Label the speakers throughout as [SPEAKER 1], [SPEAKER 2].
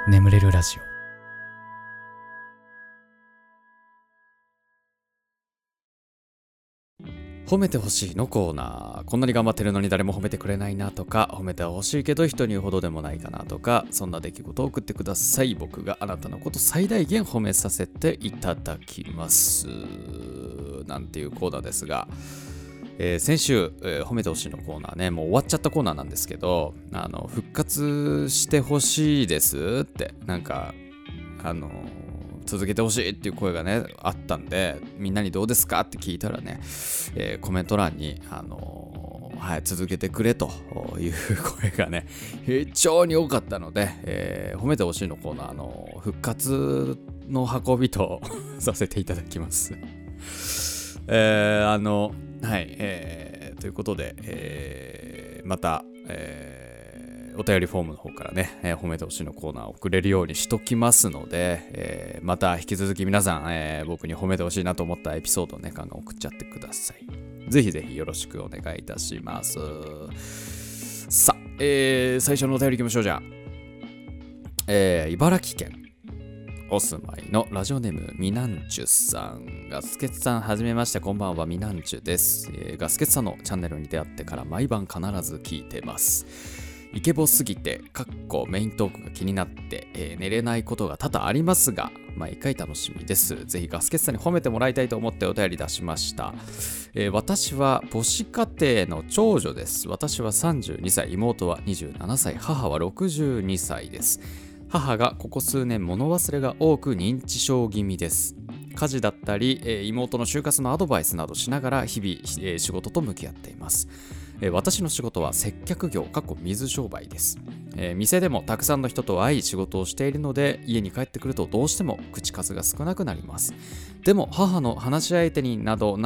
[SPEAKER 1] 眠れるラジオ。褒めてほしいのコーナー。こんなに頑張ってるのに誰も褒めてくれないなとか、褒めてほしいけど人に言うほどでもないかなとか、そんな出来事を送ってください。僕があなたのこと最大限褒めさせていただきますなんていうコーナーですが、先週、褒めてほしいのコーナーね、もう終わっちゃったコーナーなんですけど、復活してほしいですってなんか続けてほしいっていう声がねあったんで、みんなにどうですかって聞いたらね、コメント欄に続けてくれという声がね非常に多かったので、褒めてほしいのコーナー復活の運びとさせていただきますはい、ということで、また、お便りフォームの方からね、褒めてほしいのコーナーを送れるようにしときますので、また引き続き皆さん、僕に褒めてほしいなと思ったエピソードをね、ガンガン送っちゃってください。ぜひぜひよろしくお願いいたします。さあ、最初のお便りいきましょう。じゃあ、茨城県お住まいのラジオネームみなんちゅさん。ガスケツさんはじめまして、こんばんは、みなんちゅです。ガスケツさんのチャンネルに出会ってから毎晩必ず聞いてます。イケボすぎてメイントークが気になって、寝れないことが多々ありますが、毎回楽しみです。ぜひガスケツさんに褒めてもらいたいと思ってお便り出しました。私は母子家庭の長女です。私は32歳、妹は27歳、母は62歳です。母がここ数年物忘れが多く認知症気味です。家事だったり、妹の就活のアドバイスなどしながら日々、仕事と向き合っています。私の仕事は接客業水商売です。店でもたくさんの人と会い仕事をしているので、家に帰ってくるとどうしても口数が少なくなります。でも母の話し相手になどな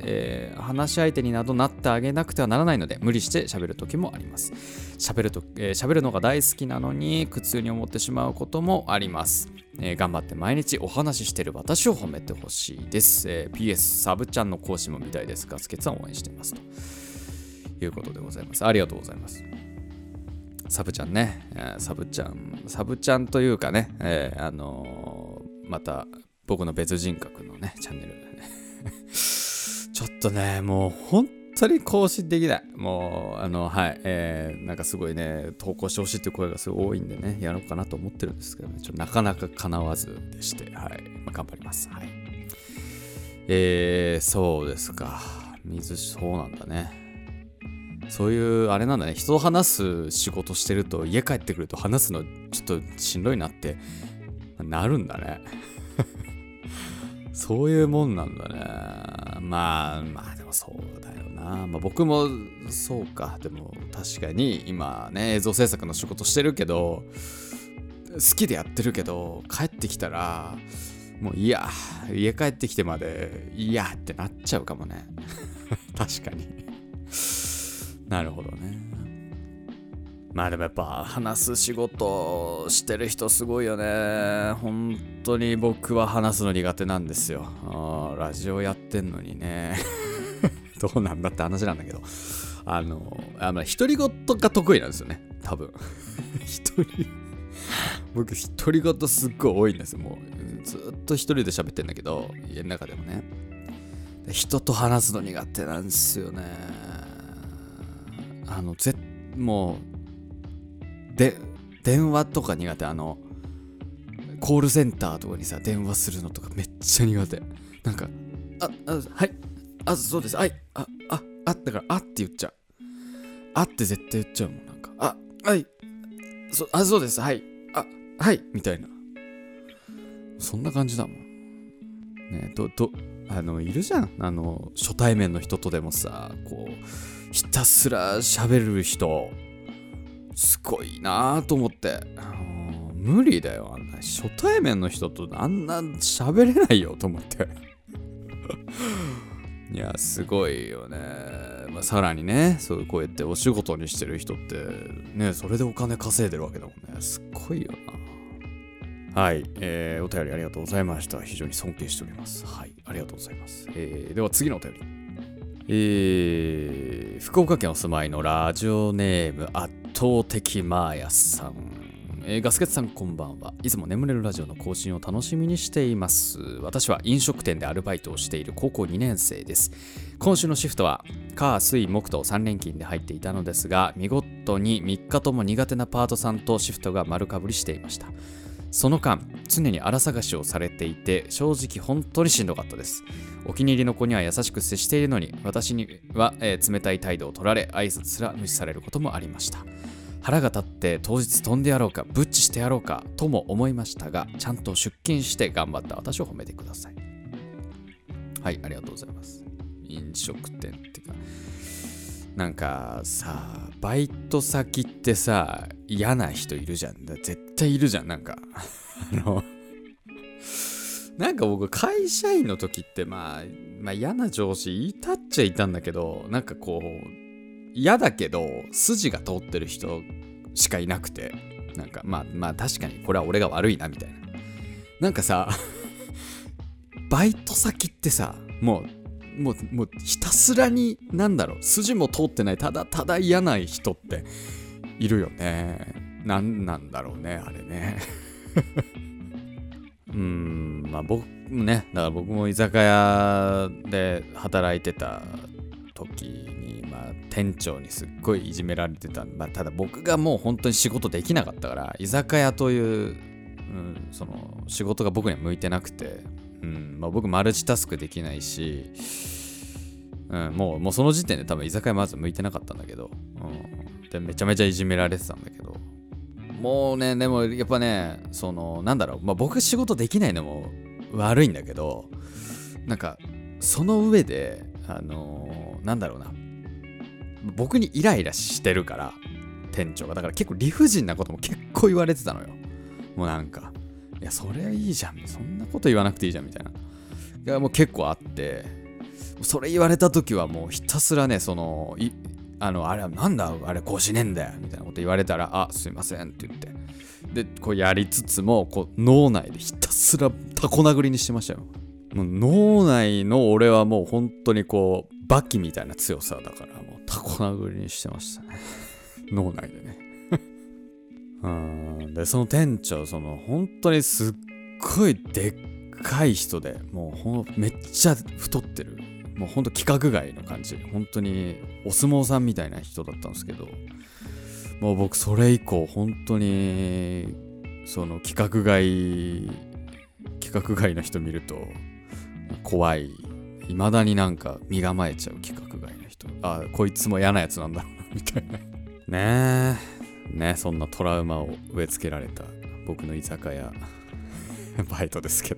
[SPEAKER 1] ってあげなくてはならないので、無理して喋る時もあります。喋るのが大好きなのに苦痛に思ってしまうこともあります。頑張って毎日お話ししている私を褒めてほしいです。PS サブちゃんの講師も見たいですが、スケツは応援していますということでございます。ありがとうございます。サブちゃんね、サブちゃんというかね、また僕の別人格のねチャンネルでねちょっとね、もう本当に更新できない。もうなんかすごいね投稿してほしいっていう声がすごい多いんでね、やろうかなと思ってるんですけどね、なかなか叶わずでして、はい、頑張ります。はい。そうですか。そうなんだね。そういうあれなんだね。人と話す仕事してると家帰ってくると話すのちょっとしんどいなってなるんだね。そういうもんなんだね。まあでもそうだよな。僕もそうか。でも確かに今ね映像制作の仕事してるけど、好きでやってるけど、帰ってきたらもう家帰ってきてまでってなっちゃうかもね。確かに。なるほどね。でもやっぱ話す仕事してる人すごいよね。本当に僕は話すの苦手なんですよ。ラジオやってんのにね。どうなんだって話なんだけど、独り言が得意なんですよね、多分。僕独り言すっごい多いんですよ。もうずっと一人で喋ってんだけど、家の中でもね。人と話すの苦手なんですよね。もう電話とか苦手。コールセンターとかにさ電話するのとかめっちゃ苦手。なんかはいそうです、はいだからって言っちゃう。って絶対言っちゃうもん。なんかはいそうです、はいはいみたいな、そんな感じだもんね。いるじゃん、初対面の人とでもさ、こうひたすら喋る人すごいなと思って。無理だよ、あんな初対面の人とあんな喋れないよと思っていやすごいよね。さらにね、こうやってお仕事にしてる人ってね、それでお金稼いでるわけだもんね。すっごいよな。はい、お便りありがとうございました。非常に尊敬しております。はい、ありがとうございます。では次のお便り。福岡県お住まいのラジオネーム圧倒的マーヤさん。 ガスケツさんこんばんは。いつも眠れるラジオの更新を楽しみにしています。私は飲食店でアルバイトをしている高校2年生です。今週のシフトは火水木と3連勤で入っていたのですが、見事に3日とも苦手なパートさんとシフトが丸かぶりしていました。その間常に荒探しをされていて、正直本当にしんどかったです。お気に入りの子には優しく接しているのに、私には、冷たい態度を取られ、挨拶すら無視されることもありました。腹が立って当日飛んでやろうか、ブッチしてやろうかとも思いましたが、ちゃんと出勤して頑張った私を褒めてください。はい、ありがとうございます。飲食店ってか、なんかさ、バイト先ってさ、嫌な人いるじゃん。絶対いるじゃん。なんかなんか僕会社員の時ってまあ嫌な上司いたっちゃいたんだけど、なんかこう嫌だけど筋が通ってる人しかいなくて、なんかまあ確かにこれは俺が悪いなみたいな。なんかさバイト先ってさ、もうひたすらに筋も通ってない、ただ嫌な人っているよね。なんだろうね、あれねまあ僕ね、だから僕も居酒屋で働いてた時に、店長にすっごいいじめられてた。ただ僕がもう本当に仕事できなかったから、居酒屋という、その仕事が僕には向いてなくて、僕マルチタスクできないし、もうその時点で多分居酒屋まず向いてなかったんだけど、でめちゃめちゃいじめられてたんだけど、もうね、でもやっぱね、その僕仕事できないのも悪いんだけど、なんかその上で僕にイライラしてるから、店長がだから結構理不尽なことも結構言われてたのよ。もうなんか、いやそれはいいじゃん、そんなこと言わなくていいじゃんみたいな。いやもう結構あって、それ言われた時はもうひたすらね、あれなんだあれこうしねえんだよみたいなこと言われたら、あ、すいませんって言って、でこうやりつつも、こう脳内でひたすらタコ殴りにしてましたよ。もう脳内の俺はもう本当にこうバキみたいな強さだから、もうタコ殴りにしてましたね脳内でねでその店長、本当にすっごいでっかい人で、もうめっちゃ太ってる、もうほんと規格外の感じ、本当にお相撲さんみたいな人だったんですけど、もう僕それ以降本当にその規格外の人見ると怖い。未だになんか身構えちゃう規格外の人、こいつも嫌なやつなんだろうなみたいなね、そんなトラウマを植え付けられた僕の居酒屋バイトですけど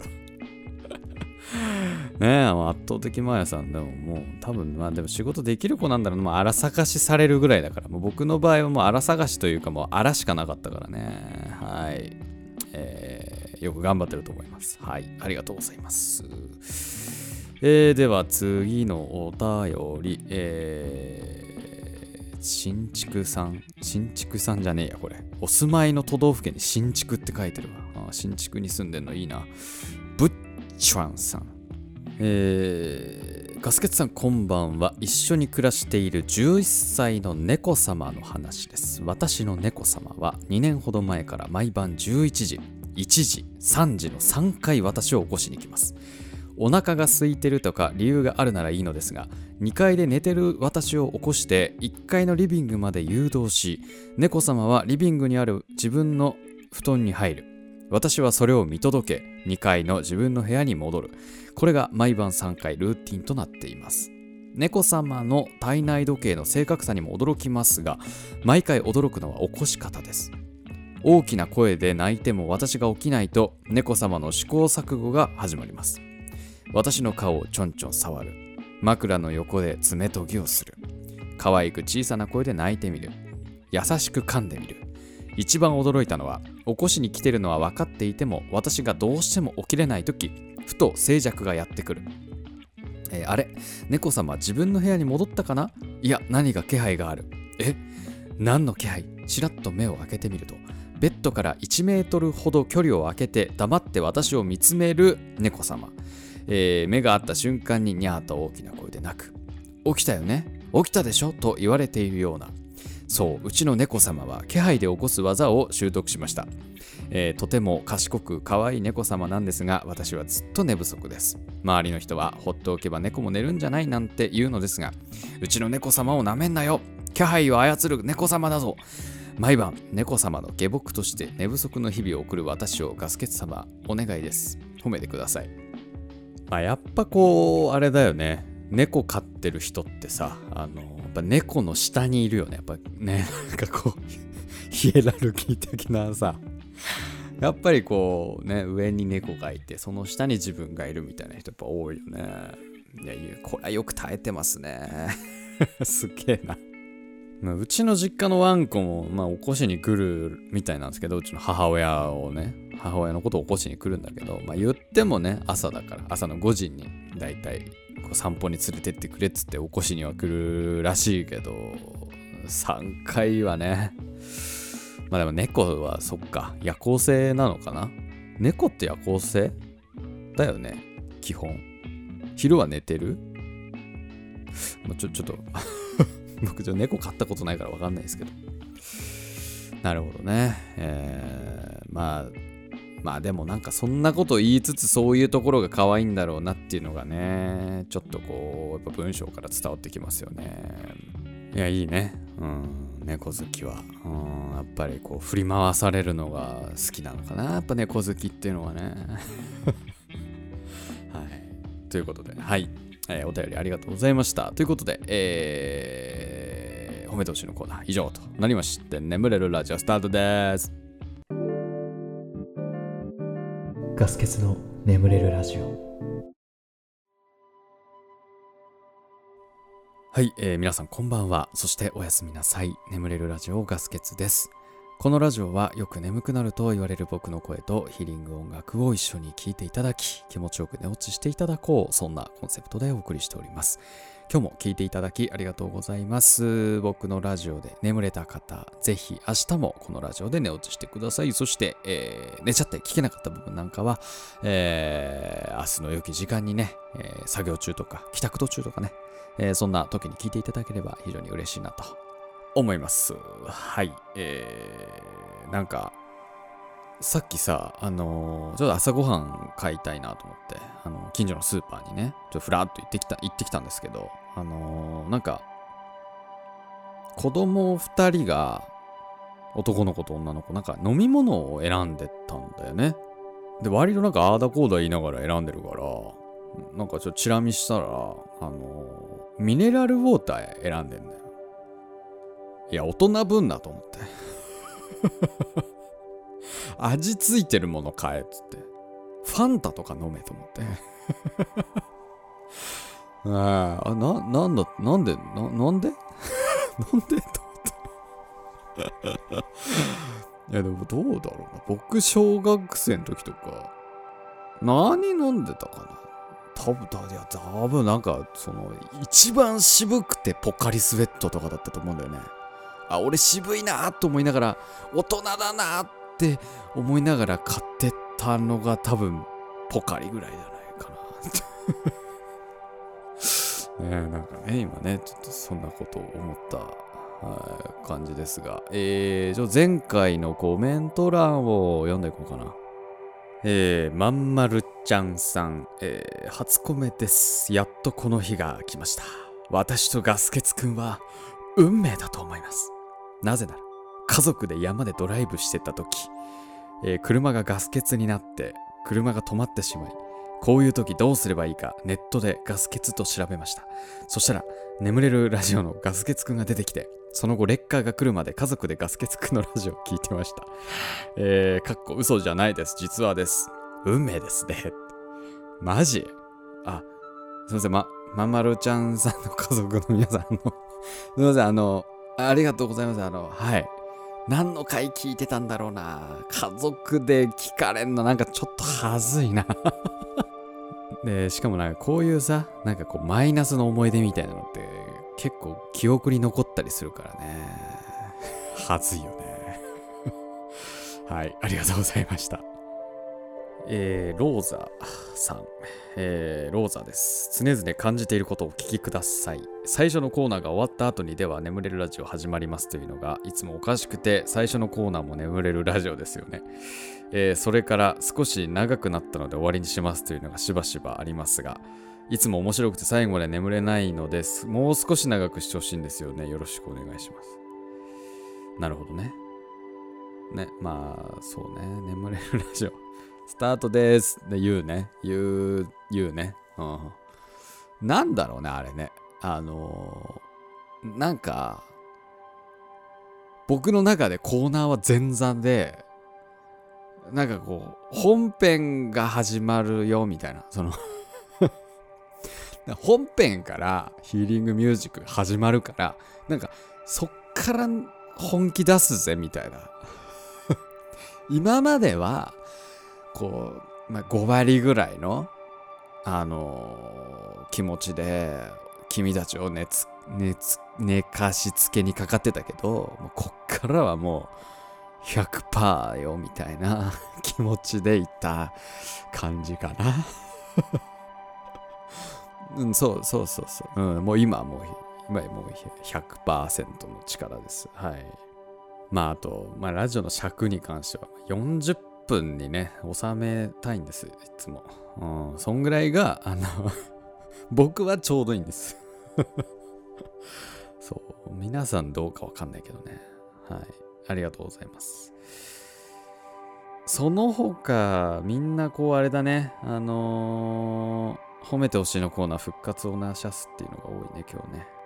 [SPEAKER 1] 圧倒的マヤさんでももう多分でも仕事できる子なんだろうな。荒探しされるぐらいだから、もう僕の場合はもう荒探しというか、もう荒しかなかったからね。はい、よく頑張ってると思います。はい、ありがとうございます。では次のお便り、新築さんじゃねえや、これお住まいの都道府県に新築って書いてるわ。新築に住んでんのいいな。ブッチュアンさん、ガスケツさんこんばんは。一緒に暮らしている11歳の猫様の話です。私の猫様は2年ほど前から毎晩11時、1時、3時の3回私を起こしに来ます。お腹が空いてるとか理由があるならいいのですが、2階で寝てる私を起こして1階のリビングまで誘導し、猫様はリビングにある自分の布団に入る。私はそれを見届け、2階の自分の部屋に戻る。これが毎晩3回ルーティンとなっています。猫様の体内時計の正確さにも驚きますが、毎回驚くのは起こし方です。大きな声で泣いても私が起きないと、猫様の試行錯誤が始まります。私の顔をちょんちょん触る。枕の横で爪研ぎをする。可愛く小さな声で泣いてみる。優しく噛んでみる。一番驚いたのは、起こしに来てるのは分かっていても、私がどうしても起きれないとき、ふと静寂がやってくる。あれ、猫様自分の部屋に戻ったかな？いや、何か気配がある。何の気配？ちらっと目を開けてみると、ベッドから1メートルほど距離を空けて黙って私を見つめる猫様。目が合った瞬間にニャーと大きな声で泣く。起きたよね？起きたでしょ？と言われているような。 そう、うちの猫様は気配で起こす技を習得しました。とても賢く可愛い猫様なんですが、私はずっと寝不足です。周りの人は放っておけば猫も寝るんじゃないなんて言うのですが、うちの猫様をなめんなよ、気配を操る猫様だぞ。毎晩猫様の下僕として寝不足の日々を送る私をガスケツ様お願いです。褒めてください。やっぱこうあれだよね、猫飼ってる人ってさ、やっぱ猫の下にいるよね。やっぱね、なんかこうヒエラルキー的なさ、やっぱりこうね、上に猫がいてその下に自分がいるみたいな人やっぱ多いよね。いやこれはよく耐えてますね。すげえな。うちの実家のワンコも、起こしに来るみたいなんですけど、うちの母親のことを起こしに来るんだけど、言ってもね、朝だから、朝の5時にだいたい散歩に連れてってくれっつって起こしには来るらしいけど、3回はね。でも猫はそっか、夜行性なのかな。猫って夜行性だよね、基本。昼は寝てる？ちょっと僕猫飼ったことないから分かんないですけど。なるほどね。でもなんかそんなこと言いつつそういうところが可愛いんだろうなっていうのがね、ちょっとこうやっぱ文章から伝わってきますよね。いやいいね。猫好きは、やっぱりこう振り回されるのが好きなのかな。やっぱ猫好きっていうのはね。はい。ということで、はい。お便りありがとうございました。ということで、褒めてほしいのコーナー以上となりまして、眠れるラジオスタートです。
[SPEAKER 2] ガス欠の眠れるラジオ。
[SPEAKER 1] はい、皆さんこんばんは。そしておやすみなさい。眠れるラジオガス欠です。このラジオはよく眠くなると言われる僕の声とヒーリング音楽を一緒に聴いていただき、気持ちよく寝落ちしていただこう、そんなコンセプトでお送りしております。今日も聴いていただきありがとうございます。僕のラジオで眠れた方、ぜひ明日もこのラジオで寝落ちしてください。そして、寝ちゃって聞けなかった部分なんかは、明日の良き時間にね、作業中とか帰宅途中とかね、そんな時に聞いていただければ非常に嬉しいなと思います。はい。なんか、さっきさ、ちょっと朝ごはん買いたいなと思って、近所のスーパーにね、ちょっとふらっと行ってきたんですけど、なんか、子供2人が、男の子と女の子、なんか飲み物を選んでたんだよね。で、割となんかあーだこーだ言いながら選んでるから、なんかちょっとチラ見したら、ミネラルウォーター選んでんだよ。いや、大人分だと思って。味ついてるもの買えっつって。ファンタとか飲めと思って。なんでなんでと思って。いや、でもどうだろうな。僕、小学生の時とか、何飲んでたかな。多分なんか、一番渋くてポカリスエットとかだったと思うんだよね。俺渋いなと思いながら、大人だなって思いながら買ってたのが多分ポカリぐらいじゃないかな。なんかね、今ね、ちょっとそんなことを思った感じですが、前回のコメント欄を読んでいこうかな。まんまるちゃんさん、初コメです。やっとこの日が来ました。私とガスケツくんは運命だと思います。なぜなら家族で山でドライブしてた時、車がガス欠になって車が止まってしまい、こういう時どうすればいいかネットでガス欠と調べました。そしたら眠れるラジオのガス欠くんが出てきて、その後レッカーが来るまで家族でガス欠くんのラジオを聞いてました。かっこ嘘じゃないです、実話です。運命ですね。マジ？すいません、まんまるちゃんさんの家族の皆さんすいません、ありがとうございます。はい。何の回聞いてたんだろうな。家族で聞かれんのなんかちょっとはずいな。で、しかもなんかこういうさ、なんかこうマイナスの思い出みたいなのって結構記憶に残ったりするからね。はずいよね。はい、ありがとうございました。 ローザさん、ローザです。常々感じていることをお聞きください。最初のコーナーが終わった後にでは眠れるラジオ始まりますというのがいつもおかしくて、最初のコーナーも眠れるラジオですよね。それから少し長くなったので終わりにしますというのがしばしばありますが、いつも面白くて最後まで眠れないのです。もう少し長くしてほしいんですよね。よろしくお願いします。なるほどね。ね、まあそうね、眠れるラジオスタートですで言うね。言うね。うん。なんだろうね、あれね。なんか、僕の中でコーナーは前座で、なんかこう、本編が始まるよ、みたいな。本編からヒーリングミュージック始まるから、なんか、そっから本気出すぜ、みたいな。今までは、こう、5割ぐらいの、気持ちで君たちを寝かしつけにかかってたけど、もうこっからはもう100% よみたいな気持ちでいった感じかな。うん、そうそうそうそう。うん、もう今はもう100% の力です。はい。まああと、ラジオの尺に関しては40分にね、収めたいんです、いつも。うん、そんぐらいが、僕はちょうどいいんです。そう、皆さんどうかわかんないけどね。はい。ありがとうございます。その他、みんなこうあれだね。褒めてほしいのコーナー復活をなしゃすっていうのが多いね、今日ね。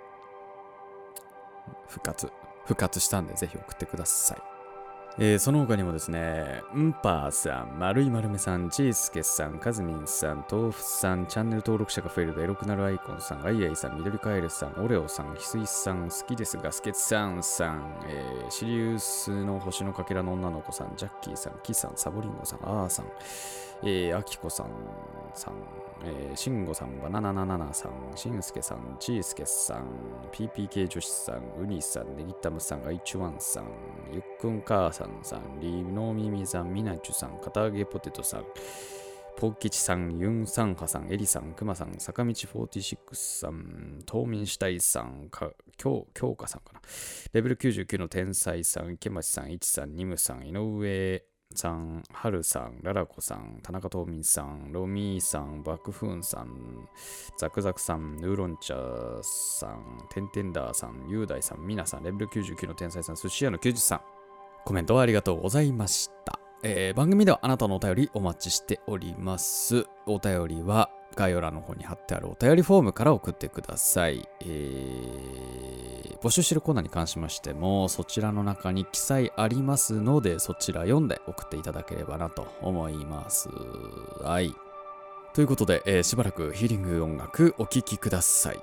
[SPEAKER 1] 復活したんで、ぜひ送ってください。その他にもですね、んぱーさん、まるいまるめさん、ちーすけさん、かずみんさん、とうふさん、チャンネル登録者が増えるとエロくなるアイコンさん、あいあいさん、みどりカエルさん、オレオさん、ひすいさん、好きですがすけつさん、シリウスの星のかけらの女の子さん、ジャッキーさん、キさん、サボリンゴさん、あーさん、あきこさん、しんごさん、バナナナナナさん、しんすけさん、ちーすけさん、PPK 女子さん、ウニさん、ネギタムさん、アイチュワンさん、ゆっくんかーさんさん、リノミミさん、ミナチュさん、片揚げポテトさん、ポッキチさん、ユンサンハさん、エリさん、クマさん、坂道46さん、冬眠したいさん、京香さんかな。レベル99の天才さん、池町さん、いちさん、ニムさん、井上さん、はるさん、ララコさん、田中冬眠さん、ロミーさん、バクフーンさん、ザクザクさん、ヌーロンチャーさん、テンテンダーさん、ユーダイさん、ミナさん、レベル99の天才さん、寿司屋の90さん、コメントありがとうございました。番組ではあなたのお便りお待ちしております。お便りは概要欄の方に貼ってあるお便りフォームから送ってください。募集しているコーナーに関しましてもそちらの中に記載ありますのでそちら読んで送っていただければなと思います。はい。ということで、しばらくヒーリング音楽お聴きください。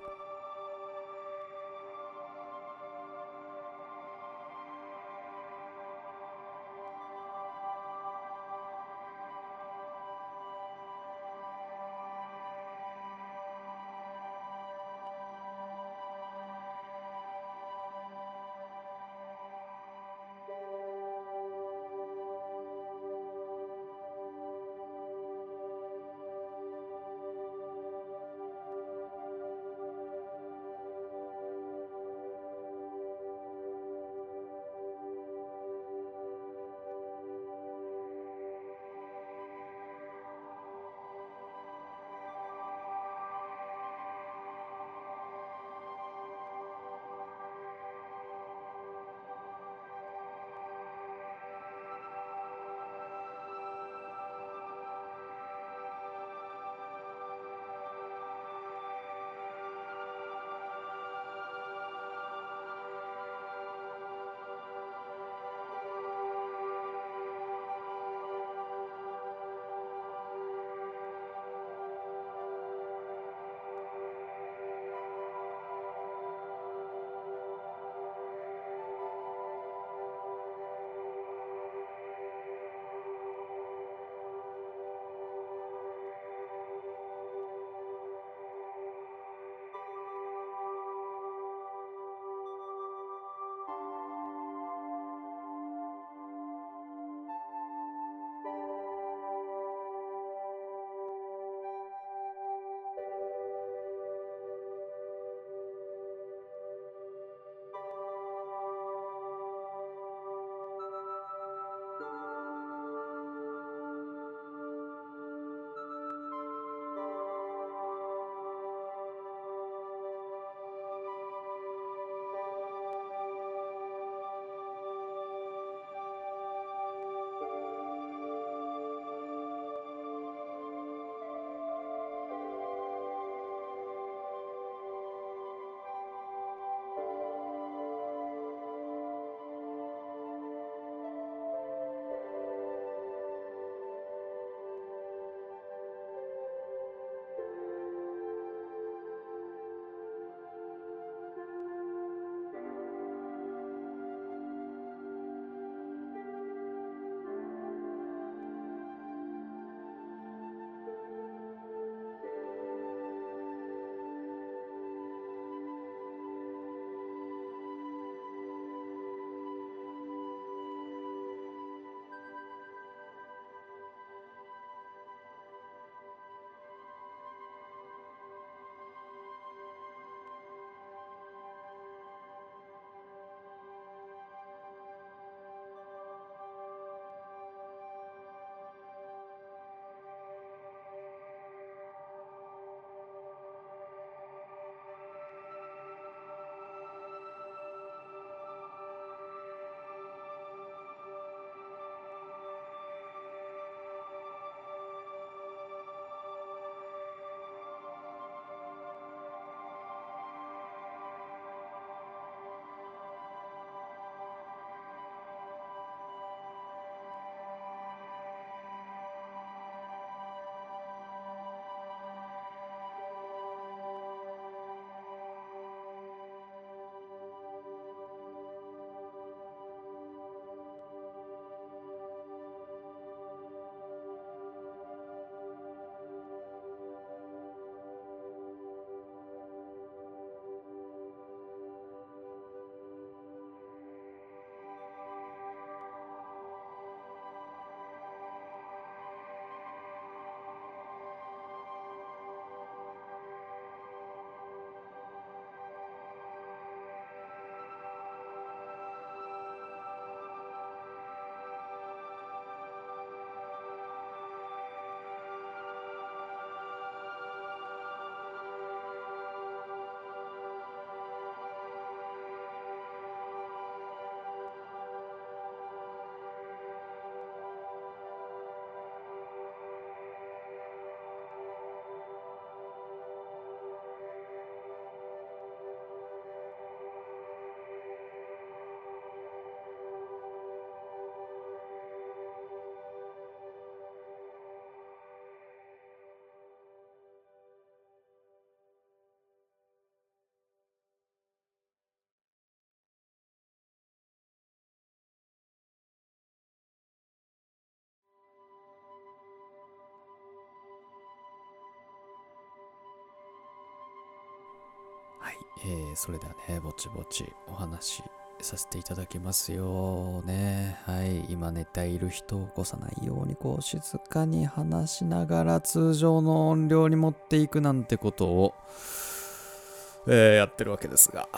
[SPEAKER 1] それではね、ぼちぼちお話しさせていただきますよね。はい、今寝ている人を起こさないようにこう静かに話しながら通常の音量に持っていくなんてことを、やってるわけですが、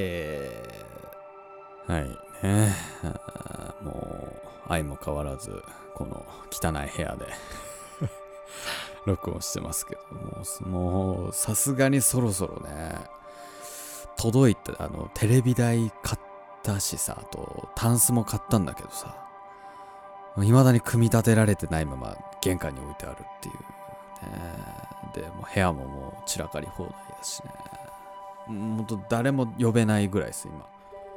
[SPEAKER 1] はいね、もう相も変わらずこの汚い部屋で録音してますけどもうさすがにそろそろね、届いたテレビ台買ったしさ、あとタンスも買ったんだけどさ、未だに組み立てられてないまま玄関に置いてあるっていうね。でもう部屋ももう散らかり放題だしね、ほんと誰も呼べないぐらいです今。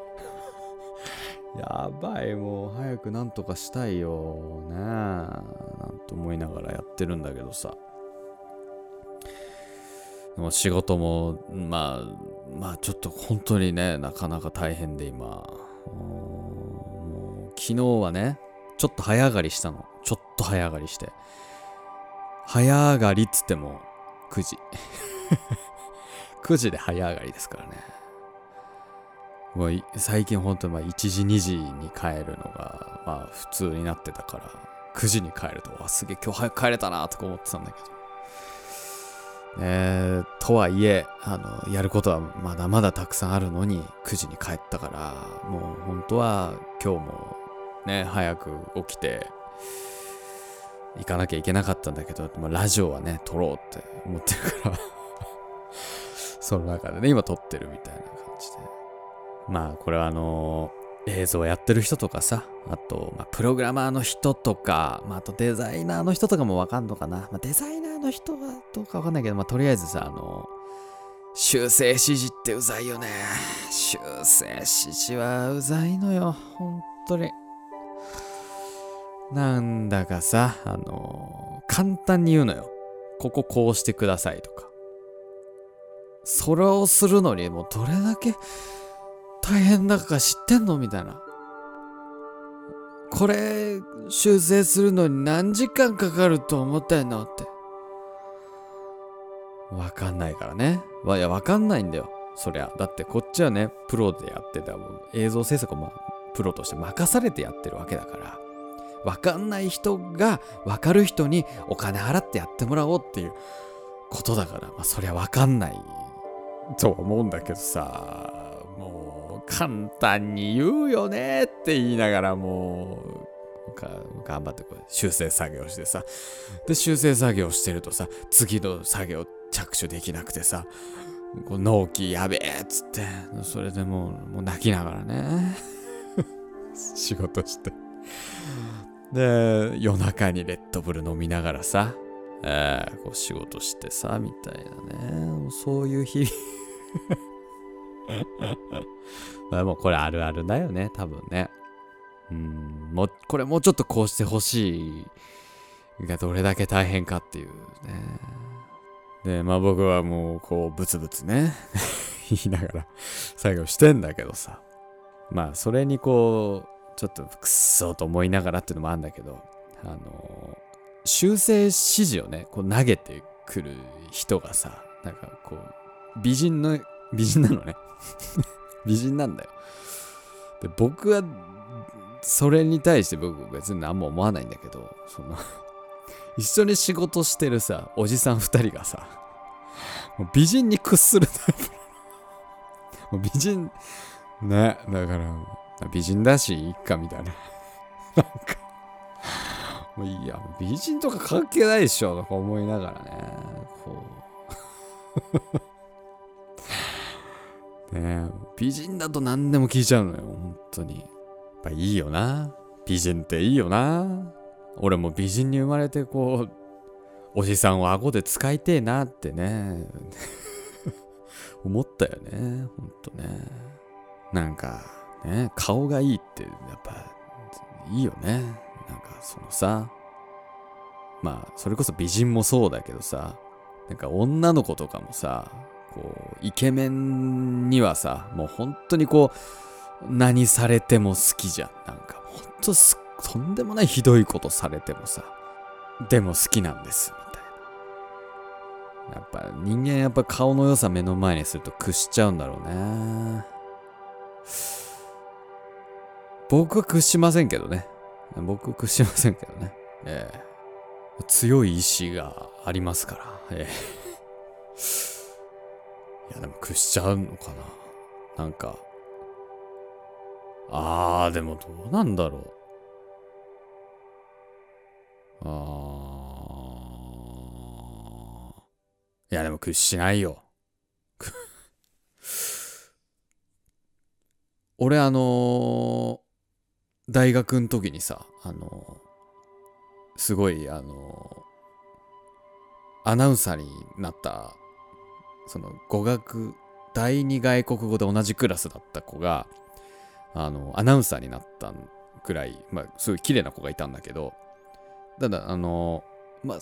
[SPEAKER 1] やばい、もう早くなんとかしたいよね、なんと思いながらやってるんだけどさ。でも仕事もまあちょっと本当にね、なかなか大変で今、もう昨日はねちょっと早上がりしたの。ちょっと早上がりして、早上がりっつっても9時9時で早上がりですからね。もう最近本当に1時2時に帰るのがまあ普通になってたから、9時に帰るとすげえ今日早く帰れたなとか思ってたんだけど、とはいえやることはまだまだたくさんあるのに9時に帰ったから、もう本当は今日もね早く起きて行かなきゃいけなかったんだけど、ラジオはね撮ろうって思ってるからその中でね今撮ってるみたいな感じで、まあこれは映像やってる人とかさ、あと、プログラマーの人とか、あとデザイナーの人とかもわかんのかな。デザイナーの人はどうかわかんないけど、とりあえずさ、修正指示ってうざいよね。修正指示はうざいのよ、本当に。なんだかさ、簡単に言うのよ。こうしてくださいとか。それをするのにもうどれだけ大変だか知ってんのみたいな。これ修正するのに何時間かかると思ったんのって。わかんないからね。いや、わかんないんだよ。そりゃ。だってこっちはね、プロでやってた映像制作もプロとして任されてやってるわけだから。わかんない人がわかる人にお金払ってやってもらおうっていうことだから、そりゃわかんないと思うんだけどさ。簡単に言うよねって言いながらもう頑張ってこう修正作業してさ、で修正作業してるとさ、次の作業着手できなくてさ、こう納期やべえっつって、それでもう泣きながらね仕事して、で夜中にレッドブル飲みながらさ、こう仕事してさみたいなね、そういう日々もうこれあるあるだよね、多分ね。もうこれもうちょっとこうしてほしいがどれだけ大変かっていうね。で、僕はもうこうブツブツね言いながら作業してんだけどさ、それにこうちょっとくっそと思いながらっていうのもあるんだけど、修正指示をねこう投げてくる人がさ、なんかこう美人なのね美人なんだよ。で、僕はそれに対して僕別に何も思わないんだけど、一緒に仕事してるさおじさん2人がさ、もう美人に屈するタイプ。もう美人ね、だから美人だしいいかみたいななんかもういいや、美人とか関係ないでしょとか思いながらね、こうね、美人だと何でも聞いちゃうのよ、本当に。やっぱいいよな、美人っていいよな。俺も美人に生まれてこうおじさんを顎で使いてえなってね思ったよね、ほんとね。なんかね、顔がいいってやっぱいいよね。なんかそのさ、それこそ美人もそうだけどさ、なんか女の子とかもさ、こうイケメンにはさ、もう本当にこう何されても好きじゃん。なんか本当とんでもないひどいことされてもさ、でも好きなんですみたいやっぱ人間やっぱ顔の良さ目の前にすると屈しちゃうんだろうね。僕は屈しませんけどね。強い意志がありますから。いやでも屈しちゃうのかな。なんか。でもどうなんだろう。いやでも屈しないよ。俺大学の時にさ、すごいアナウンサーになった、その第二外国語で同じクラスだった子が、アナウンサーになったくらい、まあ、すごい綺麗な子がいたんだけど、ただ、まあ、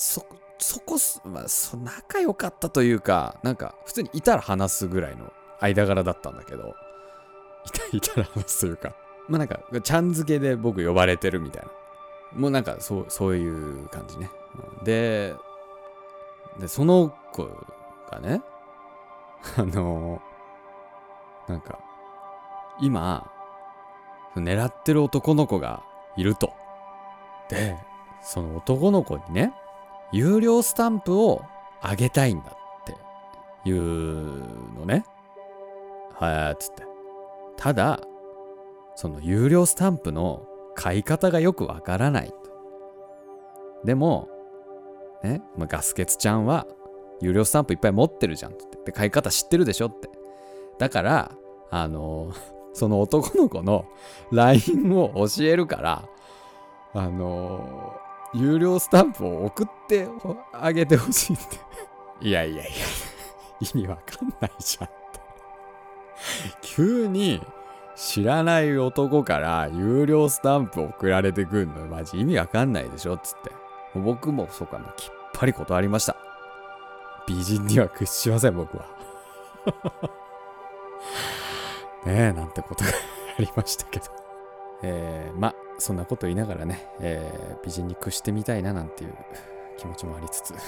[SPEAKER 1] 仲良かったというか、なんか、普通にいたら話すぐらいの間柄だったんだけど、いたら話すというか、まあなんか、ちゃん付けで僕呼ばれてるみたいな。もうなんか、そういう感じね。で、その子がね、なんか、今、狙ってる男の子がいると。で、その男の子にね、有料スタンプをあげたいんだっていうのね。はい、つって。ただ、その有料スタンプの買い方がよくわからないと。でも、ね、ガスケツちゃんは有料スタンプいっぱい持ってるじゃんって。で、買い方知ってるでしょって。だから、その男の子の LINE を教えるから、有料スタンプを送ってあげてほしいって。いや、意味わかんないじゃんって。急に知らない男から有料スタンプ送られてくんのマジ意味わかんないでしょっつって。僕もそうかな、きっぱり断りました。美人には屈しません、僕は。ねえ、なんてことがありましたけど。まあ、そんなこと言いながらね、美人に屈してみたいななんていう気持ちもありつつ。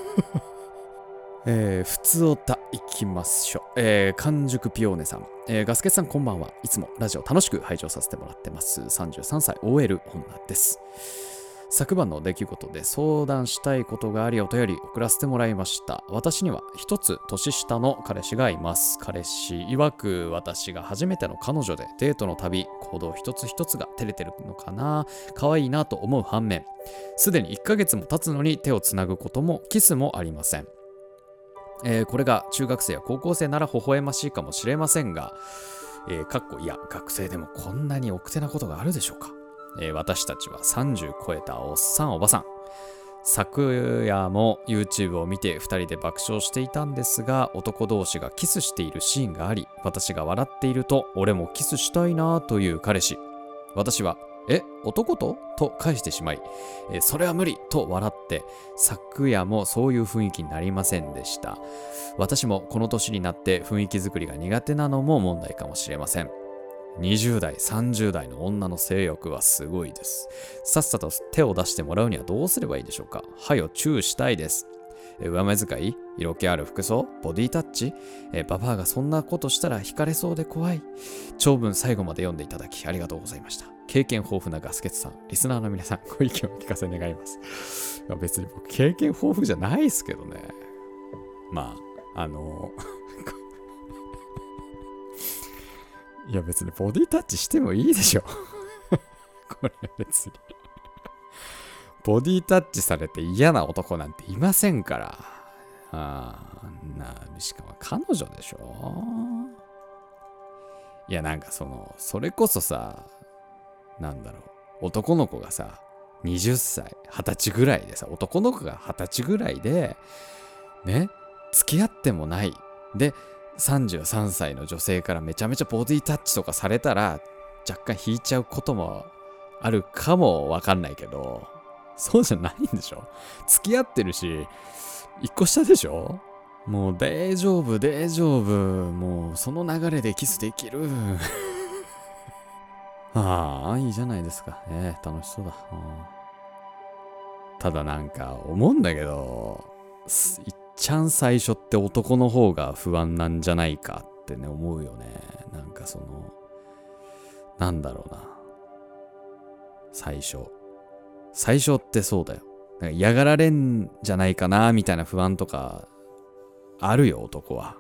[SPEAKER 1] ふつおたいきましょう。完熟ピオーネさん。ガスケツさんこんばんは。いつもラジオ楽しく拝聴させてもらってます。33歳 OL 女です。昨晩の出来事で相談したいことがありお便り送らせてもらいました。私には一つ年下の彼氏がいます。彼氏曰く私が初めての彼女でデートの旅、行動一つ一つが照れてるのかな、可愛いなと思う反面、すでに1ヶ月も経つのに手をつなぐこともキスもありません。これが中学生や高校生なら微笑ましいかもしれませんが、いや学生でもこんなに奥手なことがあるでしょうか。私たちは30超えたおっさんおばさん。昨夜も YouTube を見て2人で爆笑していたんですが、男同士がキスしているシーンがあり、私が笑っていると俺もキスしたいなという彼氏。私は男と返してしまい、それは無理と笑って、昨夜もそういう雰囲気になりませんでした。私もこの年になって雰囲気作りが苦手なのも問題かもしれません。20代、30代の女の性欲はすごいです。さっさと手を出してもらうにはどうすればいいでしょうか。はよチューしたいです。上目遣い、色気ある服装、ボディタッチ、ババアがそんなことしたら惹かれそうで怖い。長文最後まで読んでいただきありがとうございました。経験豊富なガスケツさん、リスナーの皆さん、ご意見をお聞かせ願います。いや別に僕経験豊富じゃないですけどね。まあいや別にボディタッチしてもいいでしょ。これ別にボディタッチされて嫌な男なんていませんから。しかも彼女でしょ。いやなんかそれこそさ、なんだろう、男の子がさ20歳20歳ぐらいでさ、男の子が20歳ぐらいでね、付き合ってもないで33歳の女性からめちゃめちゃボディタッチとかされたら若干引いちゃうこともあるかもわかんないけど、そうじゃないんでしょ。付き合ってるし一個下でしょ。もう大丈夫、もうその流れでキスできる。いいじゃないですか。楽しそうだ。ただなんか思うんだけど、 ちゃん最初って男の方が不安なんじゃないかってね思うよね。なんかなんだろうな、最初ってそうだよ。なんか嫌がられんじゃないかなみたいな不安とかあるよ、男は。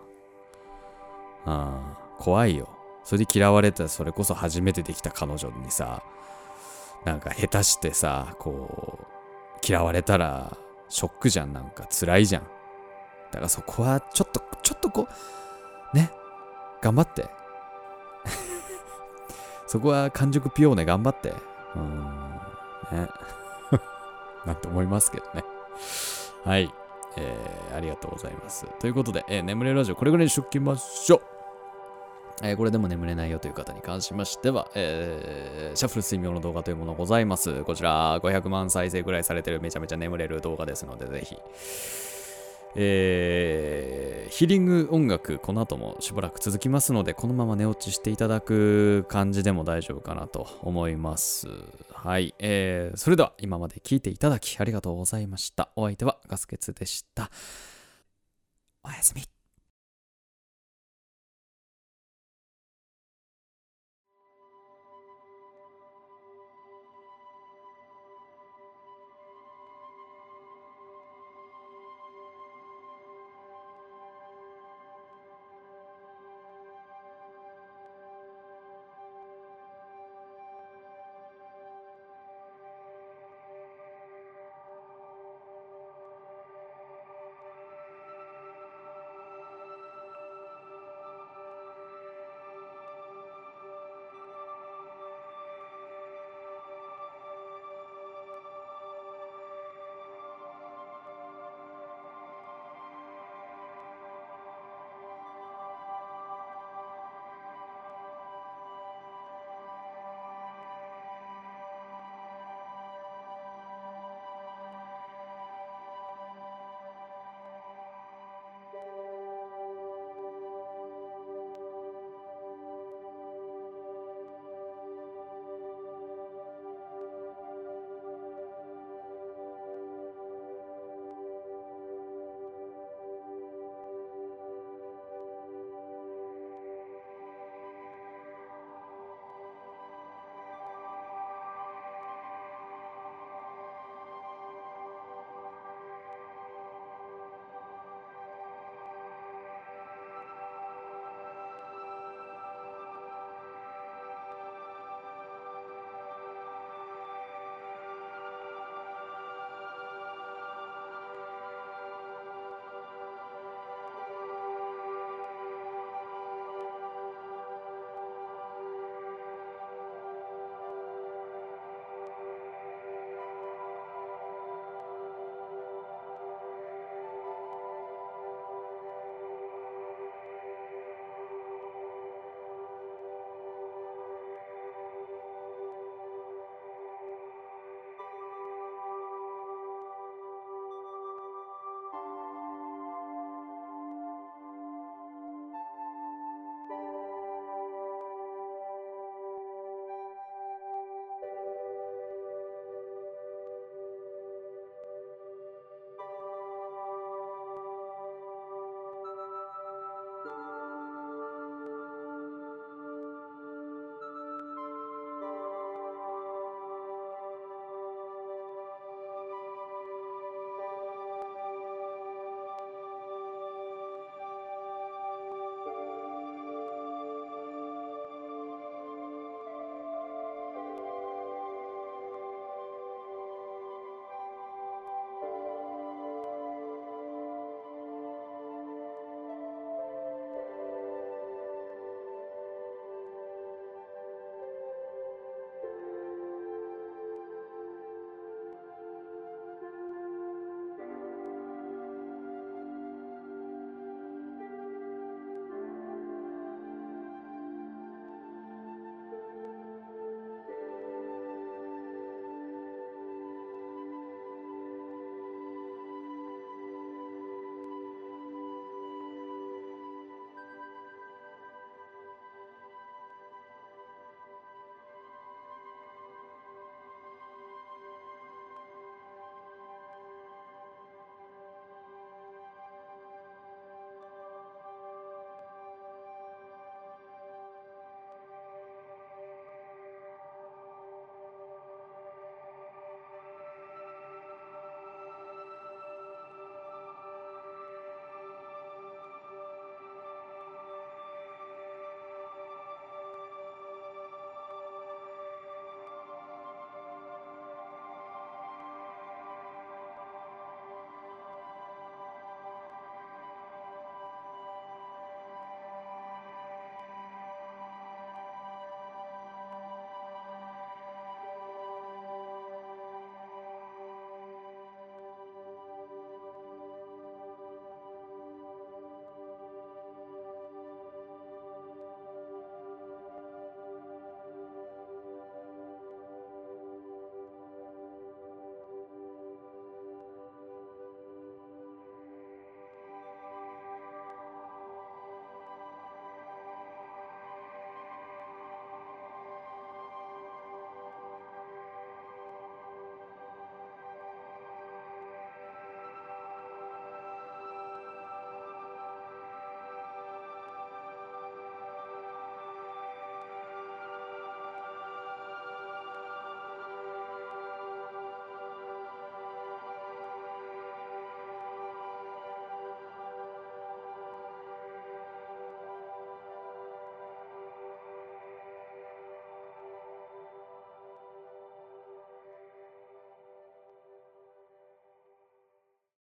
[SPEAKER 1] 怖いよ。それで嫌われたら、それこそ初めてできた彼女にさ、なんか下手してさ、こう嫌われたらショックじゃん。なんか辛いじゃん。だからそこはちょっとこうね、頑張ってそこは完熟ピオーネ頑張って。ねなんて思いますけどね。はい。ありがとうございます。ということで、眠れるラジオこれぐらいにしときましょう。これでも眠れないよという方に関しましては、シャッフル睡眠の動画というものございます。こちら500万再生ぐらいされてるめちゃめちゃ眠れる動画ですので、ぜひ。ヒーリング音楽、この後もしばらく続きますので、このまま寝落ちしていただく感じでも大丈夫かなと思います。はい。それでは今まで聞いていただきありがとうございました。お相手はガスケツでした。おやすみ。